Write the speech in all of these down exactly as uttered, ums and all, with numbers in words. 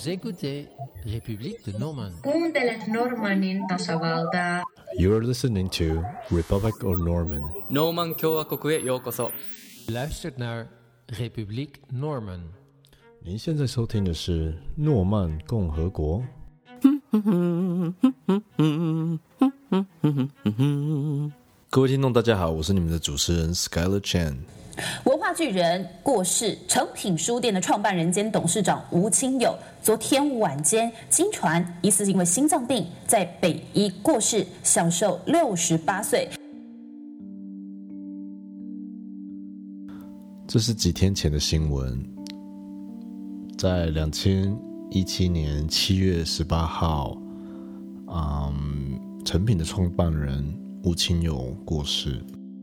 écoutez République de Normandie. Kuuntelet Normannin tasavaltaa. You're listening to Republic of Norman. ノーマン共和国へようこそ。 Luistert naar République Norman. 您现在收听的是诺曼共和国。各位听众大家好，我是你们的主持人 Skylar Chen。 文化巨人过世，诚品书店的创办人兼董事长吴清友，昨天晚间经传疑似因为心脏病在北医过世，享受六十八岁。 这是几天前的新闻，在二零一七年七月十八号，嗯，诚品的创办人吴清友过世。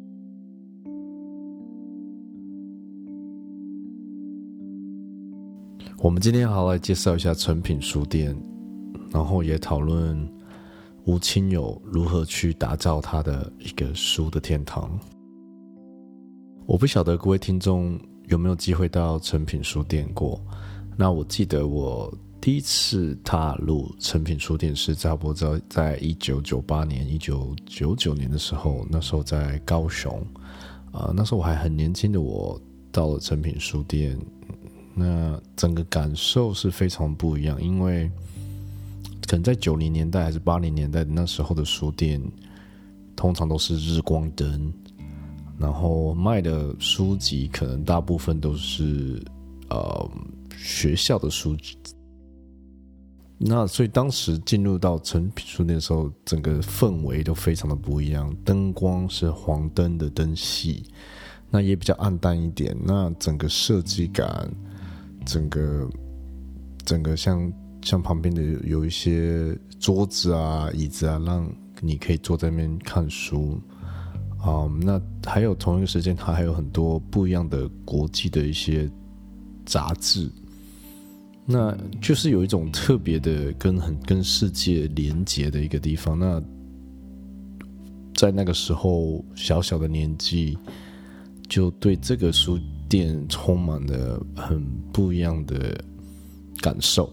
我们今天好好来介绍一下诚品书店，然后也讨论吴清友如何去打造他的一个书的天堂。我不晓得各位听众有没有机会到诚品书店过，那我记得我第一次踏入诚品书店是差不多在一九九八年一九九九年的时候，那时候在高雄，呃，那时候我还很年轻的我到了诚品书店，那整个感受是非常不一样，因为可能在九零年代还是八零年代的那时候的书店通常都是日光灯，然后卖的书籍可能大部分都是呃学校的书籍，那所以当时进入到诚品书店的时候，整个氛围都非常的不一样，灯光是黄灯的灯系，那也比较暗淡一点，那整个设计感，整个整个像像旁边的有一些桌子啊椅子啊，让你可以坐在那边看书。Um, 那还有同一个时间它还有很多不一样的国际的一些杂志，那就是有一种特别的跟很跟世界连结的一个地方。那在那个时候小小的年纪就对这个书店充满了很不一样的感受，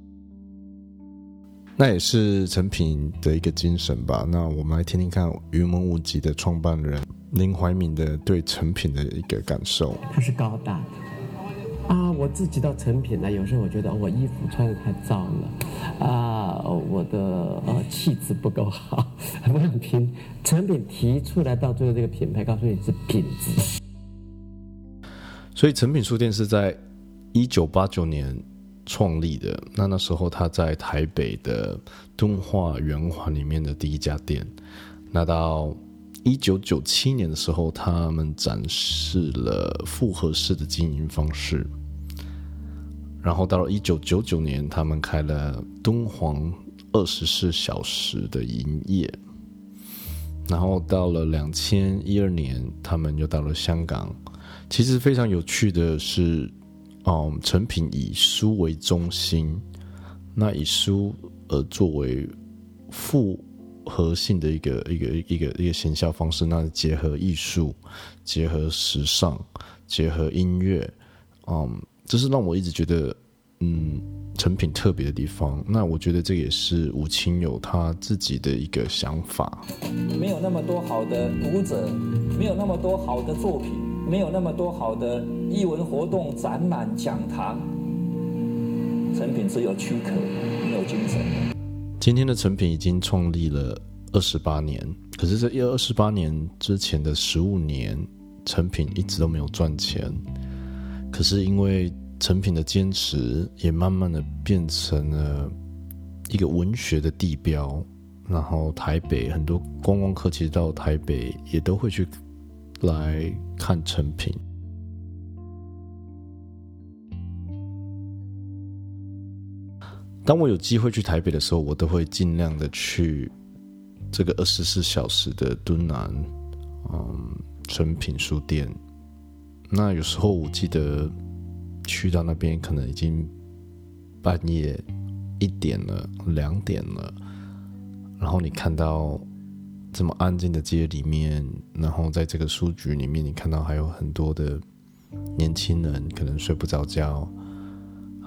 那也是诚品的一个精神吧。那我们来听听看云门舞集的创办人林怀民的对诚品的一个感受。 它是高大的啊，我自己到诚品来，有时候我觉得、哦、我衣服穿得太脏了啊，我的呃气质不够好，我很拼。诚品提出来到最后这个品牌，告诉你是品质。 所以诚品书店是在一九八九年创立的，那那时候他在台北的敦化圆环里面的第一家店，那到一九九七年的时候他们展示了复合式的经营方式，然后到了一九九九年他们开了敦煌二十四小时的营业，然后到了二零一二年他们又到了香港。其实非常有趣的是嗯，诚品以书为中心，那以书而作为复合性的一个一个一个一个行销方式，那结合艺术，结合时尚，结合音乐，嗯，这是让我一直觉得嗯诚品特别的地方。那我觉得这也是吴清友他自己的一个想法。 没有那么多好的读者，没有那么多好的作品，没有那么多好的艺文活动、展览、讲堂，诚品只有躯壳，没有精神。 今天的诚品已经创立了二十八年，可是这二十八年之前的十五年，诚品一直都没有赚钱。可是因为诚品的坚持，也慢慢的变成了一个文学的地标。然后台北很多观光客其实到台北也都会去来看诚品。当我有机会去台北的时候，我都会尽量的去这个二十四小时的敦南嗯诚品书店。那有时候我记得去到那边可能已经半夜一点了两点了，然后你看到这么安静的街里面，然后在这个书局里面你看到还有很多的年轻人可能睡不着觉，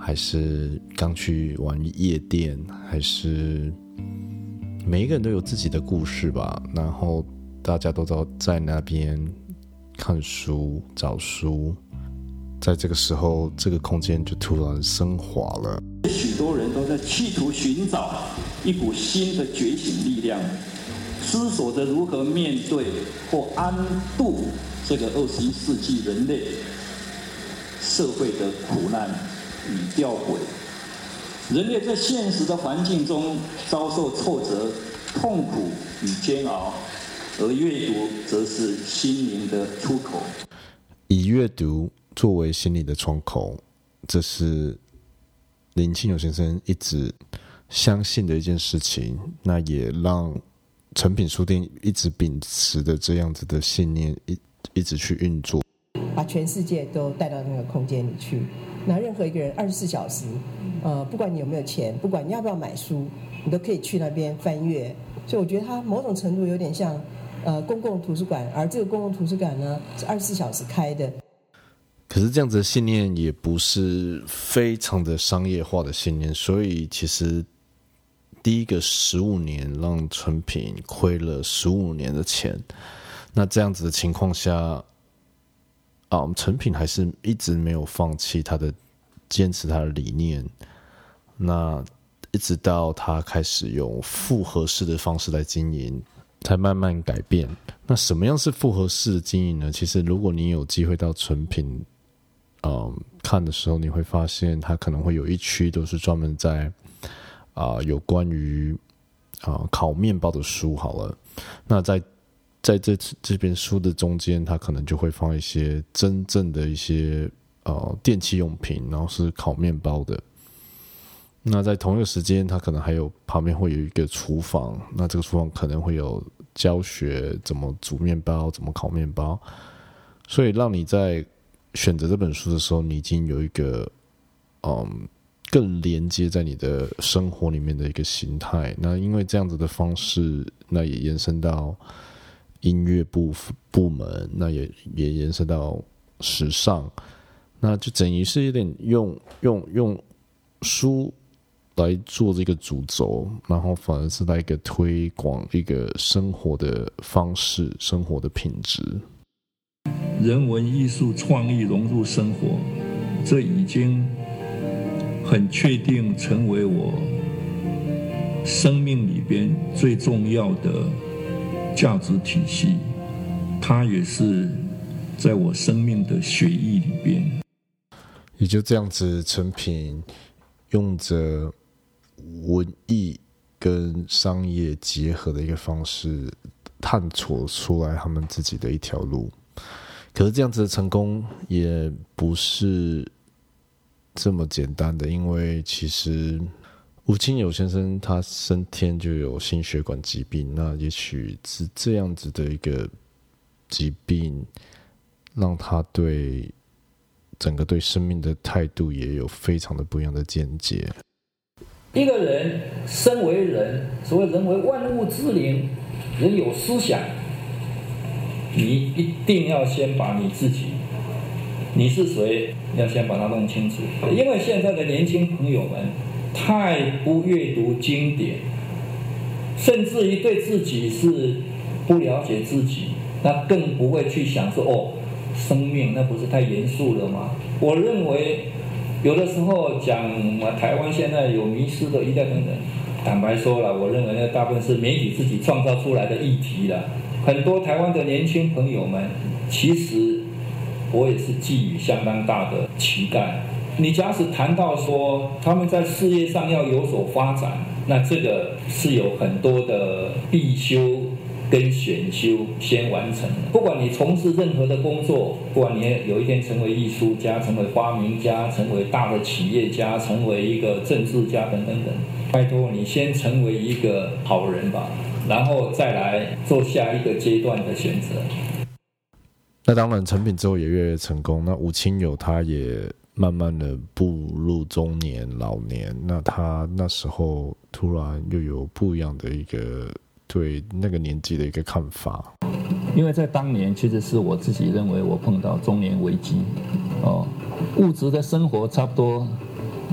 还是刚去玩夜店，还是每一个人都有自己的故事吧。然后大家都在那边看书找书，在这个时候这个空间就突然升华了。 许多人都在企图寻找一股新的觉醒力量，思索着如何面对或安度这个二十一世纪人类社会的苦难与吊诡。人类在现实的环境中遭受挫折、痛苦与煎熬，而阅读则是心灵的出口。 以阅读作为心灵的窗口，这是林清友先生一直相信的一件事情，那也让诚品书店一直秉持的这样子的信念一一直去运作， 把全世界都带到那个空间里去。那任何一个人二十四小时，呃，不管你有没有钱，不管你要不要买书，你都可以去那边翻阅。所以我觉得它某种程度有点像呃公共图书馆，而这个公共图书馆呢是二十四小时开的。 可是这样子的信念也不是非常的商业化的信念，所以其实第一个十五年让诚品亏了十五年的钱。那这样子的情况下，啊，诚品还是一直没有放弃他的坚持他的理念。那一直到他开始用复合式的方式来经营，才慢慢改变。那什么样是复合式的经营呢？其实如果你有机会到诚品嗯，看的时候，你会发现它可能会有一区都是专门在啊、呃、有关于啊、呃、烤面包的书好了。那在在这这边书的中间，它可能就会放一些真正的一些呃电器用品，然后是烤面包的。那在同一个时间，它可能还有旁边会有一个厨房，那这个厨房可能会有教学怎么煮面包、怎么烤面包，所以让你在选择这本书的时候，你已经有一个嗯更连接在你的生活里面的一个形态。那因为这样子的方式，那也延伸到音乐部部门，那也也延伸到时尚，那就等于是有点用用用书来做这个主轴，然后反而是来一个推广一个生活的方式、生活的品质。 人文艺术创意融入生活，这已经很确定成为我生命里边最重要的价值体系，它也是在我生命的血液里边。 也就这样子，诚品用着文艺跟商业结合的一个方式，探索出来他们自己的一条路。可是这样子的成功也不是这么简单的，因为其实吴清友先生他生天就有心血管疾病，那也许是这样子的一个疾病，让他对整个对生命的态度也有非常的不一样的见解。 一个人身为人，所谓人为万物之灵，人有思想，你一定要先把你自己，你是谁，要先把它弄清楚。因为现在的年轻朋友们太不阅读经典，甚至于对自己是不了解自己，那更不会去想说哦，生命那不是太严肃了吗？我认为有的时候讲台湾现在有迷失的一代等等，坦白说了，我认为那大部分是媒体自己创造出来的议题了。很多台湾的年轻朋友们，其实我也是寄予相当大的期待。你假使谈到说他们在事业上要有所发展，那这个是有很多的必修跟选修先完成的。不管你从事任何的工作，不管你有一天成为艺术家、成为发明家、成为大的企业家、成为一个政治家等等等，拜托你先成为一个好人吧，然后再来做下一个阶段的选择。 那当然成品之后也越来越成功，那吴清友他也慢慢的步入中年老年，那他那时候突然又有不一样的一个对那个年纪的一个看法。 因为在当年其实是我自己认为我碰到中年危机哦，物质的生活差不多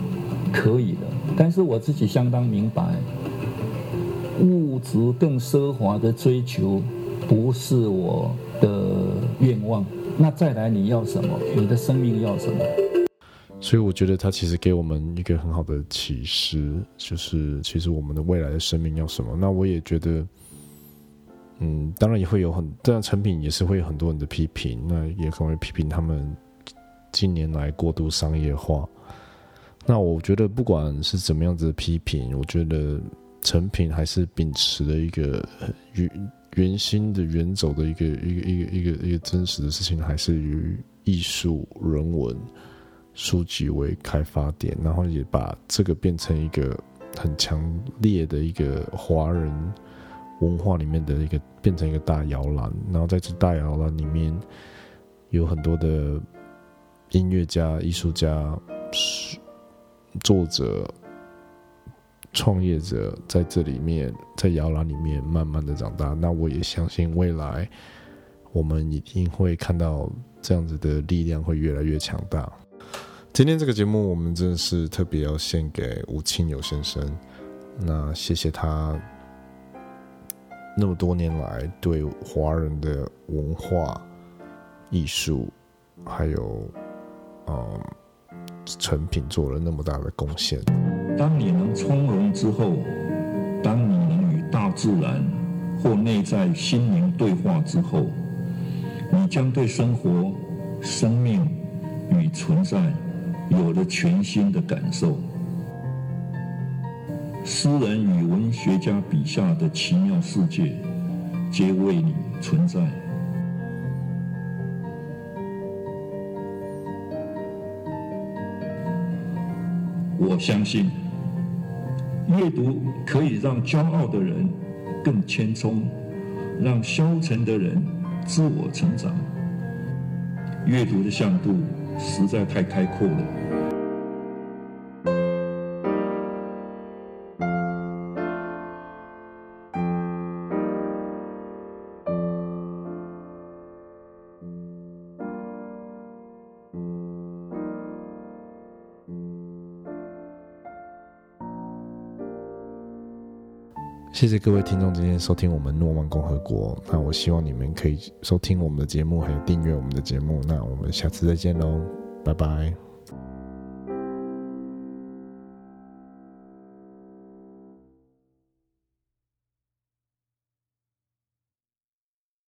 可以的。但是我自己相当明白，物质更奢华的追求不是我的愿望。那再来，你要什么？你的生命要什么？ 所以我觉得他其实给我们一个很好的启示，就是其实我们的未来的生命要什么。那我也觉得嗯，当然也会有很，这样成品也是会有很多人的批评，那也可能会批评他们近年来过度商业化。那我觉得不管是怎么样子的批评，我觉得成品还是秉持了一个原原心的原走的一个一个一个一个一个真实的事情，还是以艺术人文书籍为开发点，然后也把这个变成一个很强烈的一个华人文化里面的一个，变成一个大摇篮，然后在这大摇篮里面有很多的音乐家、艺术家、作者、创业者在这里面，在摇篮里面慢慢的长大。那我也相信未来我们一定会看到这样子的力量会越来越强大。今天这个节目我们真的是特别要献给吴清友先生，那谢谢他那么多年来对华人的文化艺术还有嗯成品做了那么大的贡献。 当你能从容之后，当你能与大自然或内在心灵对话之后，你将对生活、生命与存在有了全新的感受。诗人与文学家笔下的奇妙世界皆为你存在。我相信阅读可以让骄傲的人更谦聪，让消沉的人自我成长。阅读的向度实在太开阔了。 谢谢各位听众今天收听我们诺曼共和国，那我希望你们可以收听我们的节目还有订阅我们的节目，那我们下次再见咯，拜拜。